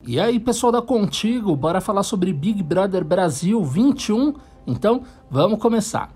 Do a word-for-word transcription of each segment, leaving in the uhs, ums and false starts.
E aí, pessoal da Contigo, bora falar sobre Big Brother Brasil vinte e um? Então, vamos começar.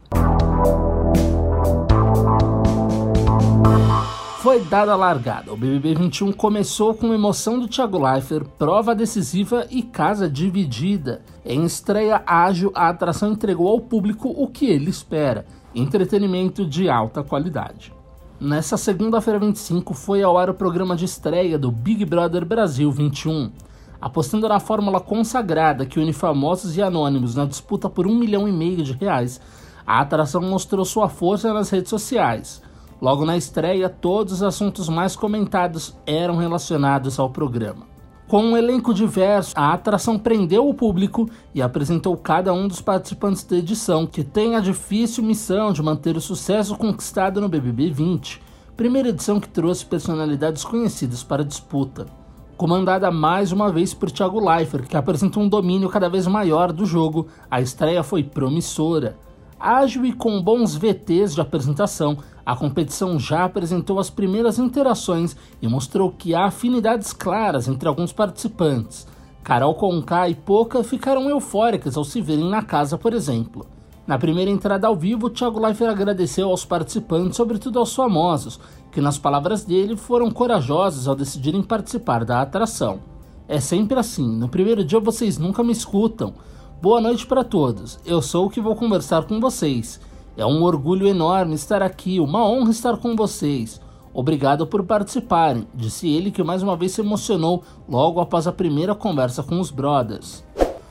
Foi dada a largada. O B B B vinte e um começou com emoção do Thiago Leifert, prova decisiva e casa dividida. Em estreia ágil, a atração entregou ao público o que ele espera: entretenimento de alta qualidade. Nessa segunda-feira vinte e cinco foi ao ar o programa de estreia do Big Brother Brasil vinte e um. Apostando na fórmula consagrada que une famosos e anônimos na disputa por um milhão e meio de reais, a atração mostrou sua força nas redes sociais. Logo na estreia, todos os assuntos mais comentados eram relacionados ao programa. Com um elenco diverso, a atração prendeu o público e apresentou cada um dos participantes da edição, que tem a difícil missão de manter o sucesso conquistado no B B B vinte, primeira edição que trouxe personalidades conhecidas para a disputa. Comandada mais uma vez por Thiago Leifert, que apresenta um domínio cada vez maior do jogo, a estreia foi promissora. Ágil e com bons V Ts de apresentação, a competição já apresentou as primeiras interações e mostrou que há afinidades claras entre alguns participantes. Carol Conká e Poca ficaram eufóricas ao se verem na casa, por exemplo. Na primeira entrada ao vivo, Thiago Leifert agradeceu aos participantes, sobretudo aos famosos, que nas palavras dele foram corajosos ao decidirem participar da atração. É sempre assim, no primeiro dia vocês nunca me escutam. Boa noite para todos, eu sou o que vou conversar com vocês. É um orgulho enorme estar aqui, uma honra estar com vocês. Obrigado por participarem, disse ele, que mais uma vez se emocionou logo após a primeira conversa com os brothers.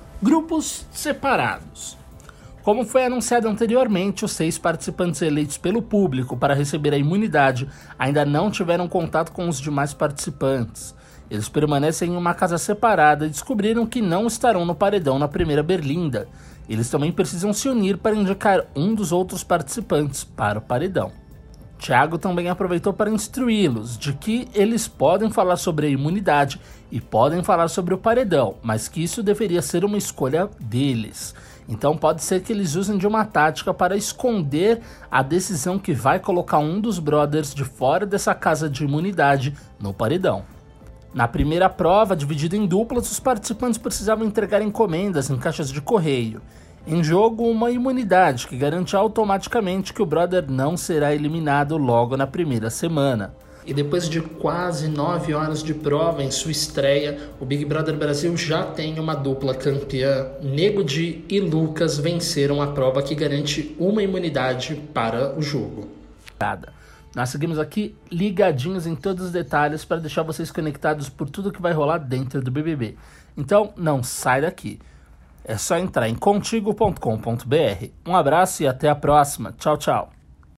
Grupos separados. Como foi anunciado anteriormente, os seis participantes eleitos pelo público para receber a imunidade ainda não tiveram contato com os demais participantes. Eles permanecem em uma casa separada e descobriram que não estarão no paredão na primeira berlinda. Eles também precisam se unir para indicar um dos outros participantes para o paredão. Thiago também aproveitou para instruí-los de que eles podem falar sobre a imunidade e podem falar sobre o paredão, mas que isso deveria ser uma escolha deles. Então pode ser que eles usem de uma tática para esconder a decisão que vai colocar um dos brothers de fora dessa casa de imunidade no paredão. Na primeira prova, dividida em duplas, os participantes precisavam entregar encomendas em caixas de correio. Em jogo, uma imunidade que garante automaticamente que o brother não será eliminado logo na primeira semana. E depois de quase nove horas de prova em sua estreia, o Big Brother Brasil já tem uma dupla campeã. Nego Di e Lucas venceram a prova que garante uma imunidade para o jogo. Nós seguimos aqui ligadinhos em todos os detalhes para deixar vocês conectados por tudo que vai rolar dentro do B B B. Então não sai daqui. É só entrar em contigo ponto com ponto br. Um abraço e até a próxima. Tchau, tchau.